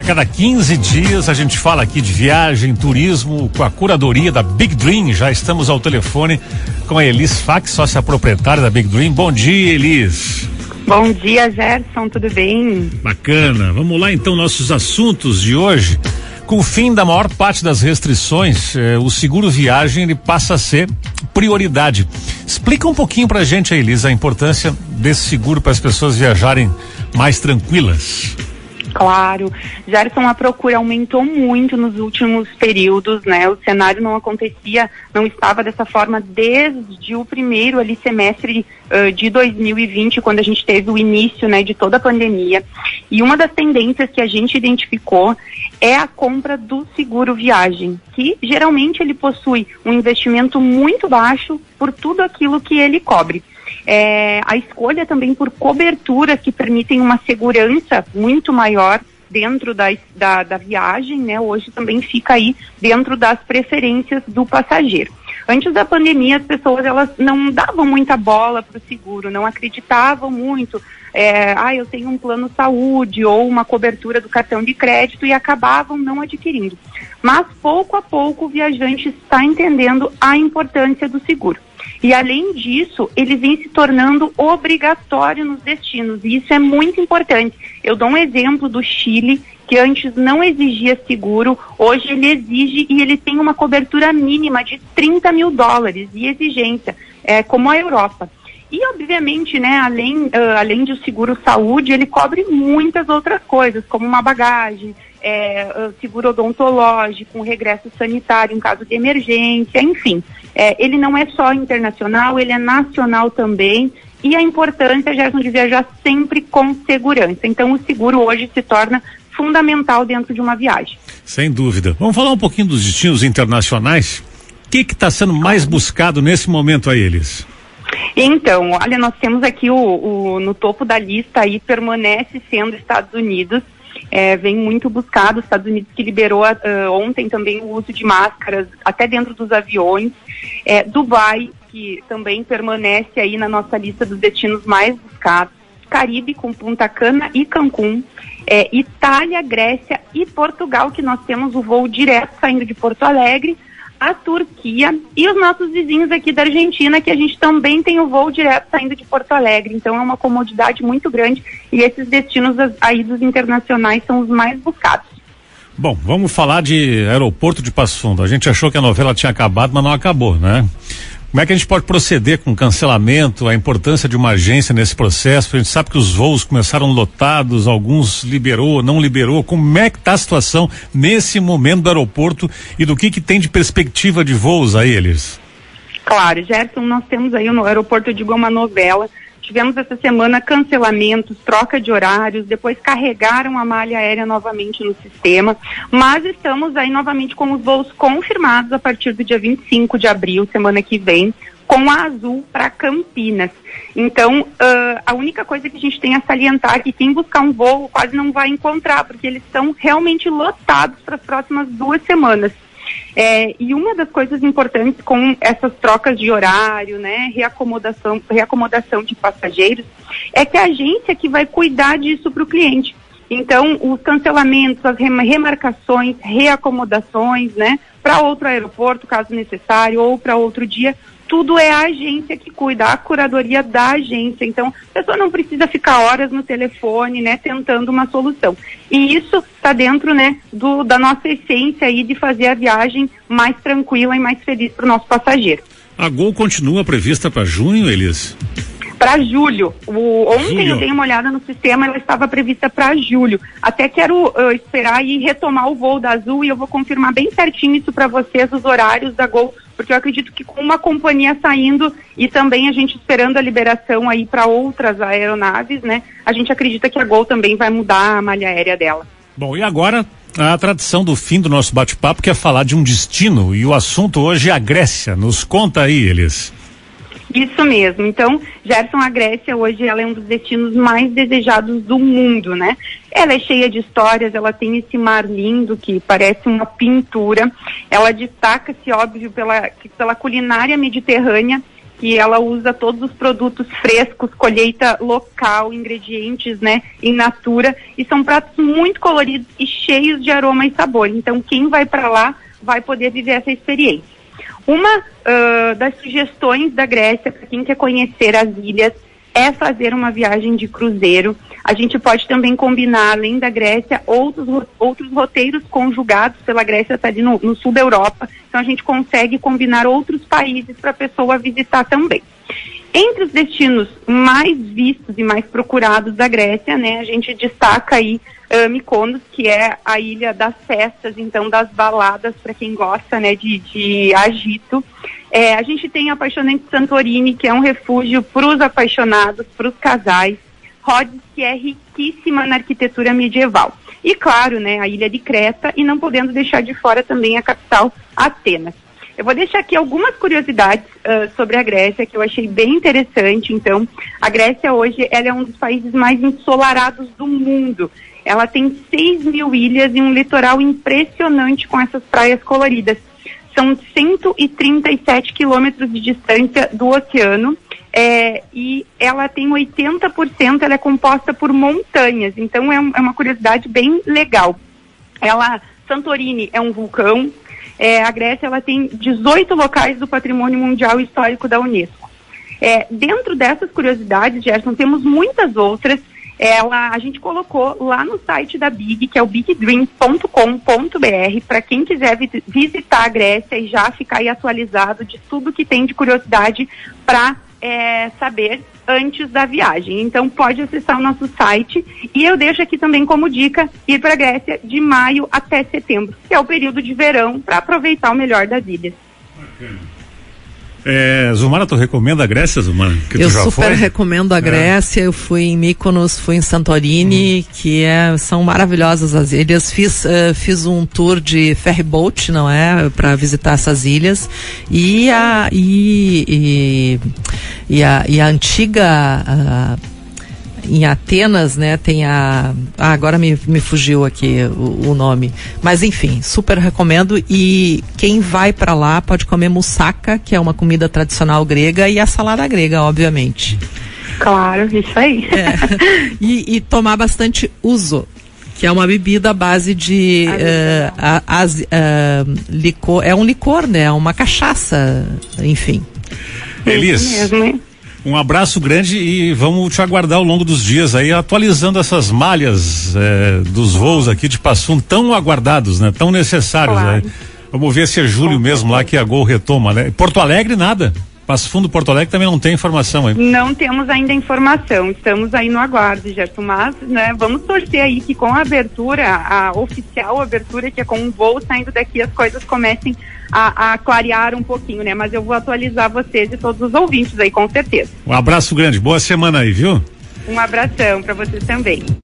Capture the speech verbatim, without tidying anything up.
Cada quinze dias a gente fala aqui de viagem, turismo, com a curadoria da Big Dream. Já estamos ao telefone com a Elis Fax, sócia proprietária da Big Dream. Bom dia, Elis. Bom dia, Gerson, tudo bem? Bacana. Vamos lá então, nossos assuntos de hoje. Com o fim da maior parte das restrições, eh, o seguro viagem ele passa a ser prioridade. Explica um pouquinho pra gente, Elis, a importância desse seguro para as pessoas viajarem mais tranquilas. Claro, Gerson, a procura aumentou muito nos últimos períodos, né? O cenário não acontecia, não estava dessa forma desde o primeiro ali semestre uh, de dois mil e vinte, quando a gente teve o início, né, de toda a pandemia. E uma das tendências que a gente identificou é a compra do seguro viagem, que geralmente ele possui um investimento muito baixo por tudo aquilo que ele cobre. É, a escolha também por coberturas que permitem uma segurança muito maior dentro da, da, da viagem, né? Hoje também fica aí dentro das preferências do passageiro. Antes da pandemia, as pessoas elas não davam muita bola para o seguro, não acreditavam muito. É, ah, eu tenho um plano saúde ou uma cobertura do cartão de crédito e acabavam não adquirindo. Mas pouco a pouco o viajante está entendendo a importância do seguro. E além disso, ele vem se tornando obrigatório nos destinos, e isso é muito importante. Eu dou um exemplo do Chile, que antes não exigia seguro, hoje ele exige e ele tem uma cobertura mínima de trinta mil dólares de exigência, é, como a Europa. E, obviamente, né, além, uh, além do seguro saúde, ele cobre muitas outras coisas, como uma bagagem, é, uh, seguro odontológico, um regresso sanitário em caso de emergência, enfim. É, ele não é só internacional, ele é nacional também. E a importância, Gerson, de viajar sempre com segurança. Então, o seguro hoje se torna fundamental dentro de uma viagem. Sem dúvida. Vamos falar um pouquinho dos destinos internacionais. O que está sendo mais buscado nesse momento a eles? Então, olha, nós temos aqui o, o no topo da lista aí, permanece sendo Estados Unidos, é, vem muito buscado, Estados Unidos que liberou uh, ontem também o uso de máscaras até dentro dos aviões, é, Dubai, que também permanece aí na nossa lista dos destinos mais buscados, Caribe com Punta Cana e Cancún, é, Itália, Grécia e Portugal, que nós temos o voo direto saindo de Porto Alegre, a Turquia e os nossos vizinhos aqui da Argentina, que a gente também tem o voo direto saindo de Porto Alegre. Então é uma comodidade muito grande e esses destinos aí dos internacionais são os mais buscados. Bom, vamos falar de aeroporto de Passo Fundo. A gente achou que a novela tinha acabado, mas não acabou, né? Como é que a gente pode proceder com o cancelamento, a importância de uma agência nesse processo? A gente sabe que os voos começaram lotados, alguns liberou, não liberou. Como é que está a situação nesse momento do aeroporto e do que que tem de perspectiva de voos a eles? Claro, Gerson, nós temos aí no aeroporto, eu digo, uma novela. Tivemos essa semana cancelamentos, troca de horários, depois carregaram a malha aérea novamente no sistema, mas estamos aí novamente com os voos confirmados a partir do dia vinte e cinco de abril, semana que vem, com a Azul para Campinas. Então, uh, a única coisa que a gente tem a salientar é que quem buscar um voo quase não vai encontrar, porque eles estão realmente lotados para as próximas duas semanas. É, e uma das coisas importantes com essas trocas de horário, né, reacomodação, reacomodação de passageiros, é que a agência que vai cuidar disso para o cliente. Então, os cancelamentos, as remarcações, reacomodações, né, para outro aeroporto, caso necessário, ou para outro dia, tudo é a agência que cuida, a curadoria da agência. Então, a pessoa não precisa ficar horas no telefone, né, tentando uma solução. E isso está dentro, né, do, da nossa essência aí de fazer a viagem mais tranquila e mais feliz para o nosso passageiro. A Gol continua prevista para junho, Elis? Para julho. O, ontem julho. Eu dei uma olhada no sistema, ela estava prevista para julho. Até quero uh, esperar e retomar o voo da Azul e eu vou confirmar bem certinho isso para vocês, os horários da Gol, porque eu acredito que com uma companhia saindo e também a gente esperando a liberação aí para outras aeronaves, né? A gente acredita que a Gol também vai mudar a malha aérea dela. Bom, e agora a tradição do fim do nosso bate-papo, que é falar de um destino, e o assunto hoje é a Grécia. Nos conta aí, Elis. Isso mesmo. Então, Gerson, a Grécia hoje ela é um dos destinos mais desejados do mundo, né? Ela é cheia de histórias, ela tem esse mar lindo que parece uma pintura. Ela destaca-se, óbvio, pela, pela culinária mediterrânea que ela usa todos os produtos frescos, colheita local, ingredientes, né, in natura, e são pratos muito coloridos e cheios de aroma e sabor. Então, quem vai para lá vai poder viver essa experiência. Uma uh, das sugestões da Grécia para quem quer conhecer as ilhas é fazer uma viagem de cruzeiro. A gente pode também combinar, além da Grécia, outros, outros roteiros conjugados pela Grécia, está ali no, no sul da Europa, então a gente consegue combinar outros países para a pessoa visitar também. Entre os destinos mais vistos e mais procurados da Grécia, né, a gente destaca aí uh, Mykonos, que é a ilha das festas, então das baladas, para quem gosta, né, de, de agito. É, a gente tem a apaixonante Santorini, que é um refúgio para os apaixonados, para os casais. Rhodes, que é riquíssima na arquitetura medieval. E claro, né, a ilha de Creta, e não podendo deixar de fora também a capital, Atenas. Eu vou deixar aqui algumas curiosidades uh, sobre a Grécia, que eu achei bem interessante. Então, a Grécia hoje ela é um dos países mais ensolarados do mundo. Ela tem seis mil ilhas e um litoral impressionante com essas praias coloridas. São cento e trinta e sete quilômetros de distância do oceano, é, e ela tem oitenta por cento, ela é composta por montanhas. Então, é, um, é uma curiosidade bem legal. Ela, Santorini é um vulcão. É, a Grécia ela tem dezoito locais do Patrimônio Mundial Histórico da Unesco. É, dentro dessas curiosidades, Gerson, temos muitas outras. Ela, a gente colocou lá no site da Big, que é o big dreams ponto com ponto b r, para quem quiser vi- visitar a Grécia e já ficar aí atualizado de tudo que tem de curiosidade para é, saber antes da viagem. Então pode acessar o nosso site, e eu deixo aqui também como dica ir para a Grécia de maio até setembro, que é o período de verão, para aproveitar o melhor das ilhas. Bacana. É, Zumara, tu recomenda a Grécia, Zumara? Que eu tu já super foi? recomendo a Grécia. É. Eu fui em Mykonos, fui em Santorini, uhum. que é, são maravilhosas as ilhas. Fiz, uh, fiz um tour de ferryboat, não é? Para visitar essas ilhas. E a, e, e, e a, e a antiga... Uh, em Atenas, né, tem a... Ah, agora me, me fugiu aqui o, o nome. Mas, enfim, super recomendo. E quem vai para lá pode comer moussaka, que é uma comida tradicional grega, e a salada grega, obviamente. Claro, isso aí. É. E, e tomar bastante ouzo, que é uma bebida à base de uh, a, as, uh, licor, é um licor, né, é uma cachaça, enfim. Elis, mesmo, hein? Um abraço grande e vamos te aguardar ao longo dos dias aí, atualizando essas malhas é, dos voos aqui de Passum, tão aguardados, né? Tão necessários. Claro. Né? Vamos ver se é julho mesmo lá que a Gol retoma, né? Porto Alegre, nada. Passo Fundo, Porto Alegre também não tem informação aí. Não temos ainda informação, estamos aí no aguardo, Gerson, mas, né, vamos torcer aí que com a abertura, a oficial abertura, que é com um voo saindo daqui, as coisas comecem a, a clarear um pouquinho, né, mas eu vou atualizar vocês e todos os ouvintes aí, com certeza. Um abraço grande, boa semana aí, viu? Um abração para vocês também.